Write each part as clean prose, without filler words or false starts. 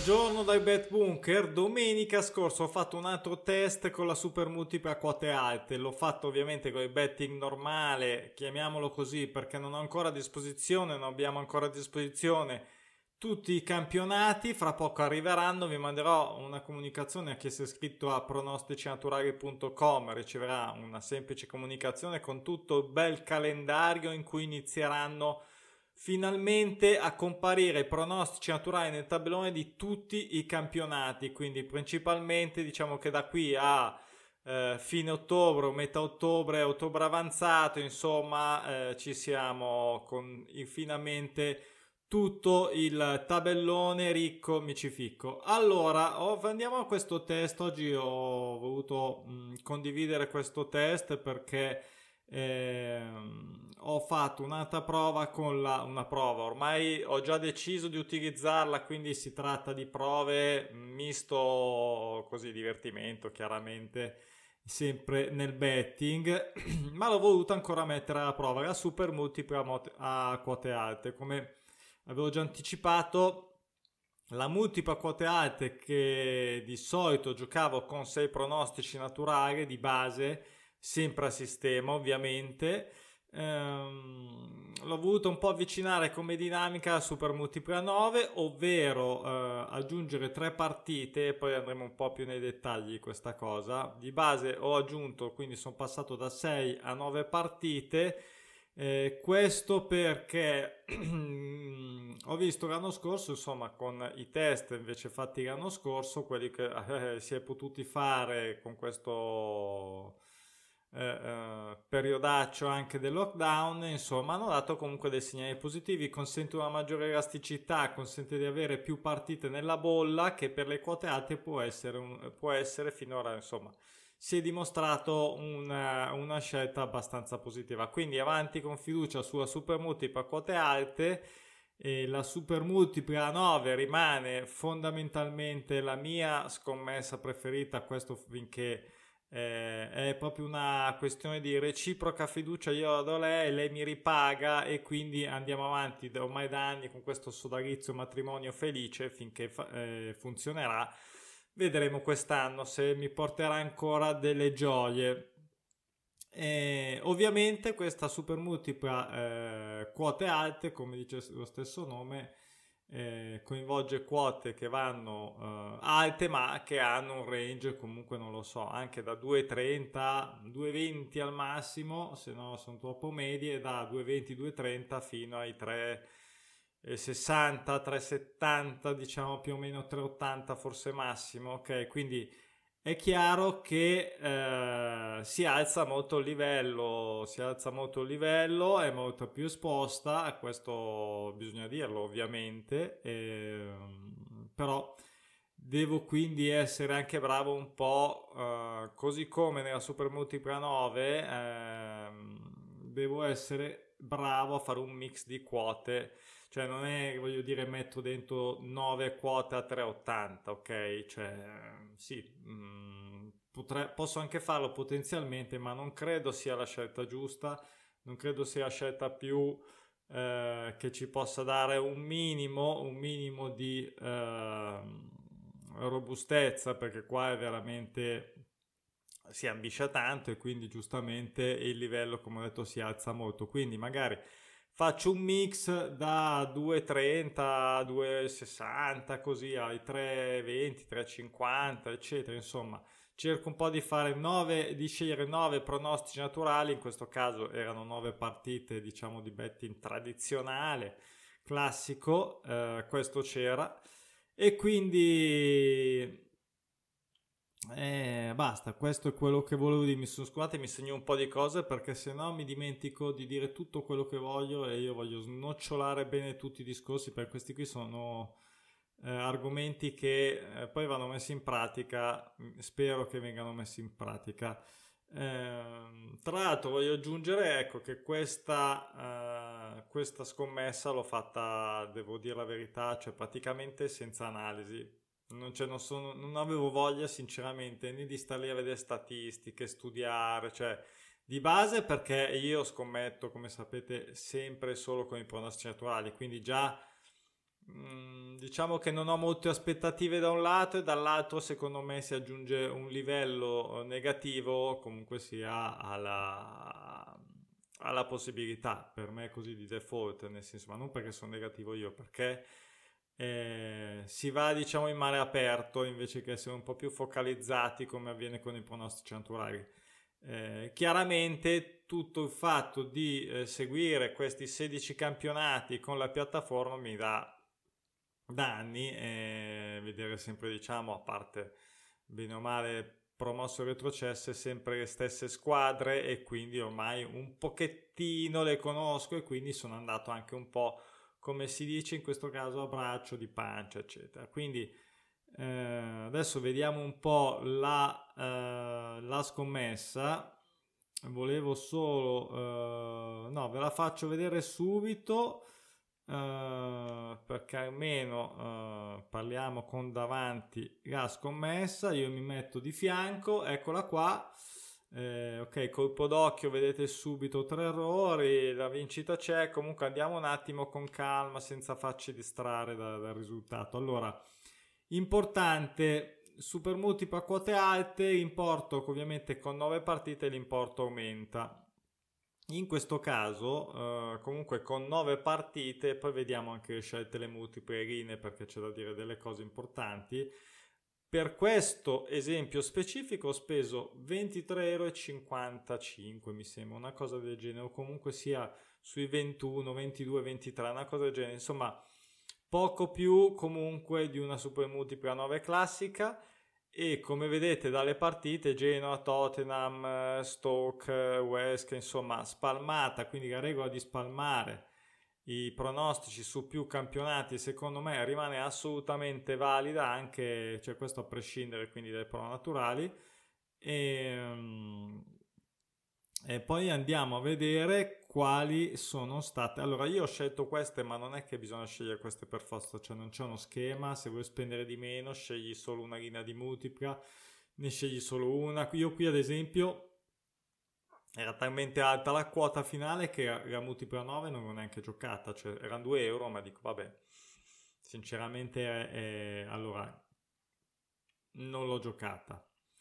Buongiorno dai Bet Bunker. Domenica scorsa ho fatto un altro test con la super multipla a quote alte. L'ho fatto ovviamente con il betting normale, chiamiamolo così, perché non ho ancora a disposizione, non abbiamo ancora a disposizione tutti i campionati. Fra poco arriveranno, vi manderò una comunicazione a chi si è iscritto a pronosticinaturali.com, riceverà una semplice comunicazione con tutto il bel calendario in cui inizieranno finalmente a comparire i pronostici naturali nel tabellone di tutti i campionati, quindi principalmente diciamo che da qui a fine ottobre o metà ottobre, ottobre avanzato, insomma, ci siamo con finalmente tutto il tabellone ricco micificco. Allora, andiamo a questo test. Oggi ho voluto condividere questo test perché ho fatto un'altra prova con una prova. Ormai ho già deciso di utilizzarla, quindi si tratta di prove misto così divertimento, chiaramente sempre nel betting, ma l'ho voluta ancora mettere alla prova, la super multipla a quote alte. Come avevo già anticipato, la multipla a quote alte che di solito giocavo con 6 pronostici naturali di base, sempre a sistema ovviamente. L'ho voluto un po' avvicinare come dinamica alla super multipla 9, ovvero aggiungere 3 partite, poi andremo un po' più nei dettagli di questa cosa. Di base ho aggiunto, quindi sono passato da 6 a 9 partite. Questo perché ho visto l'anno scorso, insomma, con i test invece fatti l'anno scorso, quelli che si è potuti fare con questo periodaccio anche del lockdown, insomma, hanno dato comunque dei segnali positivi, consente una maggiore elasticità, consente di avere più partite nella bolla, che per le quote alte può essere finora, insomma, si è dimostrato una scelta abbastanza positiva. Quindi avanti con fiducia sulla super multipla a quote alte. E la super multipla a 9 rimane fondamentalmente la mia scommessa preferita, questo finché è proprio una questione di reciproca fiducia. Io la do a lei mi ripaga, e quindi andiamo avanti ormai da anni con questo sodalizio matrimonio felice finché funzionerà. Vedremo quest'anno se mi porterà ancora delle gioie. Ovviamente questa super multipla quote alte, come dice lo stesso nome, coinvolge quote che vanno alte ma che hanno un range, comunque non lo so, anche da 2,30, 2,20 al massimo, se no sono troppo medie, da 2,20, 2,30 fino ai 3,60, 3,70, diciamo più o meno 3,80 forse massimo, ok? Quindi è chiaro che si alza molto il livello, è molto più esposta, a questo bisogna dirlo ovviamente, però devo quindi essere anche bravo un po', così come nella Super Multipla 9, devo essere bravo a fare un mix di quote, cioè non è che voglio dire metto dentro 9 quote a 3,80, ok? Cioè sì, posso anche farlo potenzialmente, ma non credo sia la scelta giusta, non credo sia la scelta più che ci possa dare un minimo di robustezza, perché qua è veramente si ambisce tanto e quindi giustamente il livello, come ho detto, si alza molto. Quindi magari faccio un mix da 2,30 a 2,60 così ai 3,20, 3,50 eccetera, insomma cerco un po' di fare 9, di scegliere 9 pronostici naturali. In questo caso erano 9 partite, diciamo, di betting tradizionale classico, questo c'era, e quindi basta, questo è quello che volevo dire. Scusate, mi segno un po' di cose perché se no mi dimentico di dire tutto quello che voglio, e io voglio snocciolare bene tutti i discorsi, perché questi qui sono argomenti che poi vanno messi in pratica. Spero che vengano messi in pratica. Tra l'altro voglio aggiungere, ecco, che questa scommessa l'ho fatta, devo dire la verità, cioè praticamente senza analisi. Non avevo voglia sinceramente né di stare lì a vedere statistiche, studiare, cioè di base, perché io scommetto, come sapete, sempre solo con i pronostici naturali, quindi già Diciamo che non ho molte aspettative da un lato, e dall'altro secondo me si aggiunge un livello negativo comunque sia alla possibilità, per me così di default, nel senso, ma non perché sono negativo io, perché si va diciamo in mare aperto invece che essere un po' più focalizzati come avviene con i pronostici naturali. Chiaramente tutto il fatto di seguire questi 16 campionati con la piattaforma mi dà da anni, vedere sempre, diciamo, a parte bene o male promosso e retrocesse, sempre le stesse squadre, e quindi ormai un pochettino le conosco, e quindi sono andato anche un po', come si dice in questo caso, a braccio di pancia, eccetera. Quindi adesso vediamo un po' la scommessa. Volevo solo, no, ve la faccio vedere subito, perché almeno parliamo con davanti la scommessa. Io mi metto di fianco, eccola qua. Ok, colpo d'occhio, vedete subito tre errori, la vincita c'è. Comunque andiamo un attimo con calma, senza farci distrarre dal risultato. Allora, importante, super multipla quote alte, importo ovviamente con 9 partite l'importo aumenta. In questo caso, comunque con 9 partite, poi vediamo anche le scelte, le multiple linee, perché c'è da dire delle cose importanti. Per questo esempio specifico ho speso 23,55 euro, mi sembra, una cosa del genere, o comunque sia sui 21, 22, 23, una cosa del genere. Insomma, poco più comunque di una super multipla 9 classica. E come vedete dalle partite, Genoa, Tottenham, Stoke, West, insomma spalmata, quindi la regola di spalmare i pronostici su più campionati secondo me rimane assolutamente valida, anche, cioè, questo a prescindere quindi dai pronaturali. E, e poi andiamo a vedere quali sono state. Allora, io ho scelto queste, ma non è che bisogna scegliere queste per forza, cioè non c'è uno schema. Se vuoi spendere di meno, scegli solo una linea di multipla, ne scegli solo una. Io qui, ad esempio, era talmente alta la quota finale che la multipla 9 non l'ho neanche giocata, cioè erano 2 euro, ma dico, vabbè, sinceramente, allora, non l'ho giocata.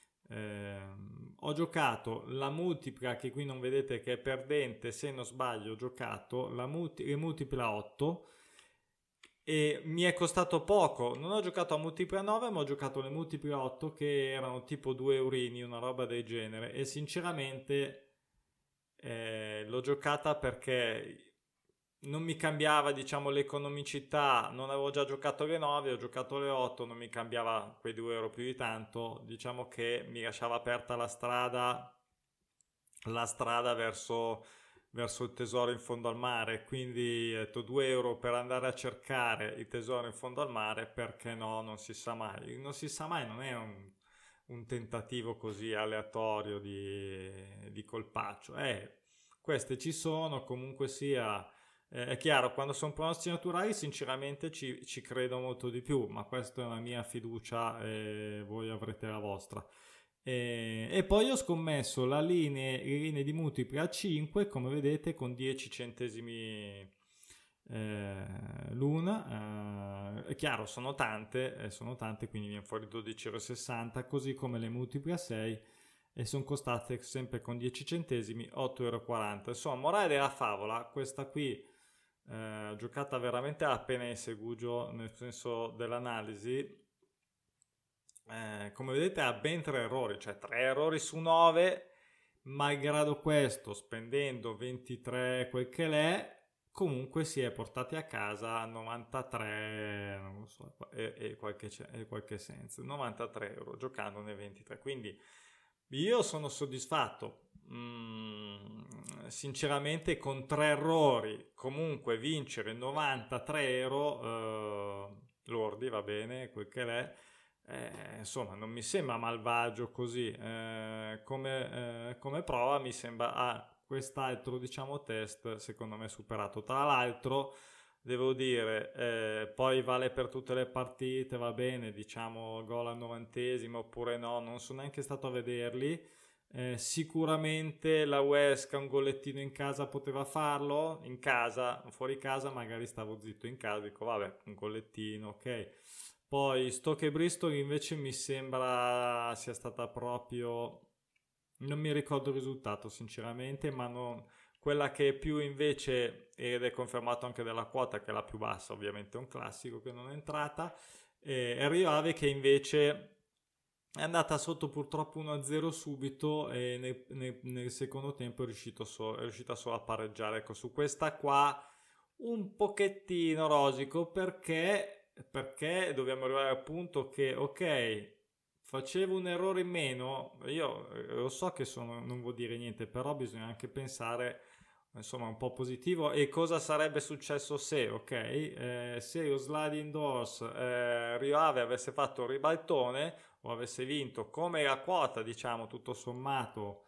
Ho giocato la multipla, che qui non vedete che è perdente, se non sbaglio ho giocato le multipla 8, e mi è costato poco. Non ho giocato a multipla 9, ma ho giocato le multipla 8, che erano tipo 2 eurini, una roba del genere, e sinceramente l'ho giocata perché non mi cambiava, diciamo, l'economicità. Non avevo già giocato le 9, ho giocato le 8, non mi cambiava quei 2 euro più di tanto. Diciamo che mi lasciava aperta la strada verso il tesoro in fondo al mare. Quindi ho detto 2 euro per andare a cercare il tesoro in fondo al mare, perché no? Non si sa mai. Non si sa mai, non è un tentativo così aleatorio di colpaccio. Queste ci sono, comunque sia. È chiaro, quando sono pronostici naturali sinceramente ci credo molto di più, ma questa è una mia fiducia e voi avrete la vostra. E poi ho scommesso le linee di multipli a 5, come vedete, con 10 centesimi l'una. È chiaro, sono tante, quindi viene fuori 12,60 euro, così come le multipli a 6, e sono costate sempre con 10 centesimi 8,40 euro. Insomma, morale della favola, questa qui giocata veramente a pena in segugio, nel senso dell'analisi. Come vedete ha ben 3 errori, cioè 3 errori su 9. Malgrado questo, spendendo 23 quel che l'è, comunque si è portati a casa 93, non lo so, e qualche senso, 93 euro giocandone 23. Quindi io sono soddisfatto. Sinceramente, con 3 errori comunque vincere 93 euro lordi, va bene, quel che l'è. Insomma, non mi sembra malvagio così. Come prova mi sembra quest'altro, diciamo, test secondo me superato. Tra l'altro devo dire, poi vale per tutte le partite, va bene, diciamo gol al 90esimo oppure no, non sono neanche stato a vederli. Sicuramente la Huesca un gollettino in casa poteva farlo, in casa, fuori casa magari stavo zitto, in casa dico vabbè, un gollettino, ok. Poi Stoke e Bristol invece mi sembra sia stata proprio, non mi ricordo il risultato sinceramente, ma non, quella che è più invece, ed è confermato anche dalla quota che è la più bassa, ovviamente è un classico che non è entrata, è Rio Ave che invece è andata sotto purtroppo 1-0 subito e nel secondo tempo è riuscita solo a pareggiare. Ecco, su questa qua un pochettino rosico perché dobbiamo arrivare al punto che, ok, facevo un errore in meno, io lo so che non vuol dire niente, però bisogna anche pensare insomma un po' positivo e cosa sarebbe successo se, ok, se lo sliding doors Rio Ave avesse fatto un ribaltone o avesse vinto come la quota, diciamo, tutto sommato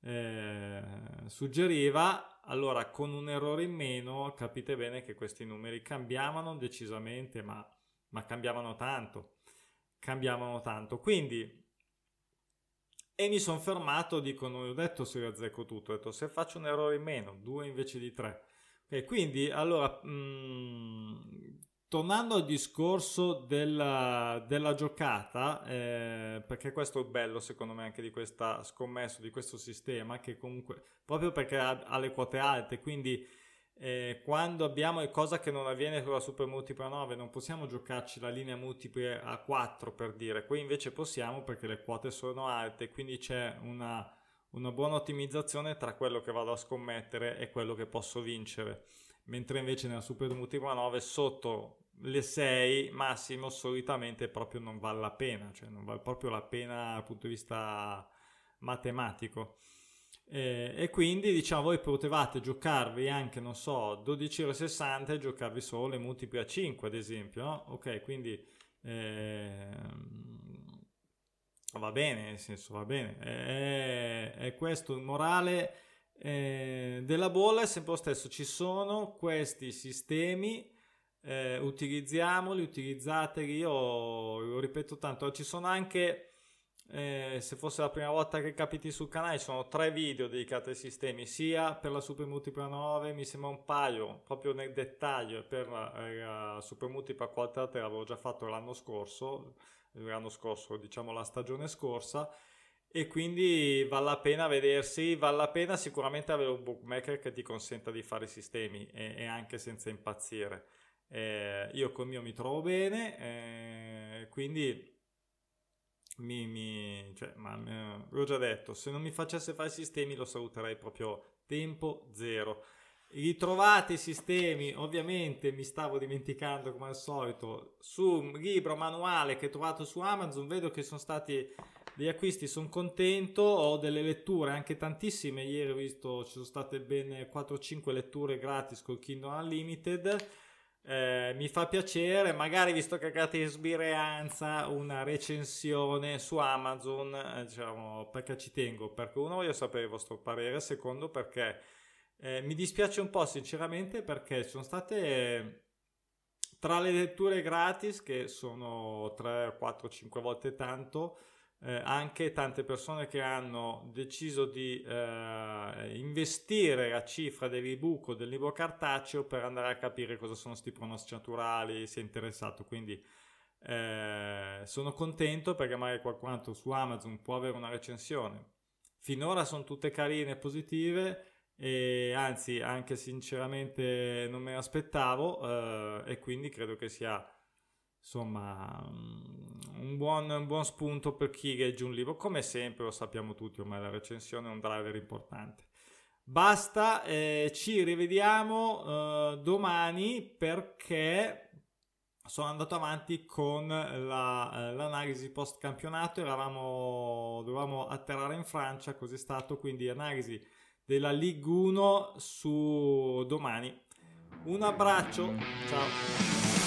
suggeriva, allora con un errore in meno capite bene che questi numeri cambiavano decisamente, ma cambiavano tanto. Cambiavano tanto. Quindi, e mi sono fermato, dico, non ho detto se io azzecco tutto, ho detto se faccio un errore in meno, 2 invece di 3. Ok, quindi, allora, tornando al discorso della giocata, perché questo è il bello secondo me anche di questa scommessa, di questo sistema, che comunque, proprio perché ha le quote alte, quindi quando abbiamo cosa che non avviene con la super multipla a 9, non possiamo giocarci la linea multiple a 4 per dire, qui invece possiamo perché le quote sono alte, quindi c'è una buona ottimizzazione tra quello che vado a scommettere e quello che posso vincere, mentre invece nella super multipla a 9 sotto le 6 massimo solitamente proprio non vale la pena, cioè non vale proprio la pena dal punto di vista matematico. E quindi diciamo voi potevate giocarvi anche non so 12,60 e giocarvi solo le multiple a 5 ad esempio, no? Ok, quindi va bene, nel senso va bene, è questo il morale della bolla, è sempre lo stesso, ci sono questi sistemi, utilizziamoli, utilizzateli, io lo ripeto tanto, ci sono anche se fosse la prima volta che capiti sul canale, ci sono 3 video dedicati ai sistemi, sia per la Super Multipla 9, mi sembra un paio proprio nel dettaglio, per la Super Multipla quadrata l'avevo già fatto l'anno scorso, diciamo la stagione scorsa, e quindi vale la pena vedersi, vale la pena sicuramente avere un bookmaker che ti consenta di fare i sistemi e anche senza impazzire. Io col mio mi trovo bene, quindi l'ho già detto, se non mi facesse fare i sistemi lo saluterei proprio tempo zero. Ritrovate i sistemi, ovviamente mi stavo dimenticando come al solito, su un libro manuale che ho trovato su Amazon, vedo che sono stati degli acquisti, sono contento, ho delle letture, anche tantissime, ieri ho visto ci sono state ben 4-5 letture gratis col Kindle Unlimited. Mi fa piacere, magari visto che caratteristica Sbireanza, una recensione su Amazon, diciamo, perché ci tengo, perché uno voglio sapere il vostro parere, secondo perché mi dispiace un po' sinceramente perché ci sono state tra le letture gratis che sono 3, 4, 5 volte tanto, anche tante persone che hanno deciso di investire la cifra dell'ebook o del libro cartaceo per andare a capire cosa sono sti pronostic naturali, si è interessato, quindi sono contento perché magari qualcun altro su Amazon può avere una recensione. Finora sono tutte carine e positive e anzi anche sinceramente non me l'aspettavo, e quindi credo che sia insomma un buon spunto per chi legge un libro, come sempre lo sappiamo tutti ormai la recensione è un driver importante. Basta, ci rivediamo domani perché sono andato avanti con l'analisi post campionato, dovevamo atterrare in Francia, così è stato, quindi analisi della Ligue 1 su domani. Un abbraccio, ciao.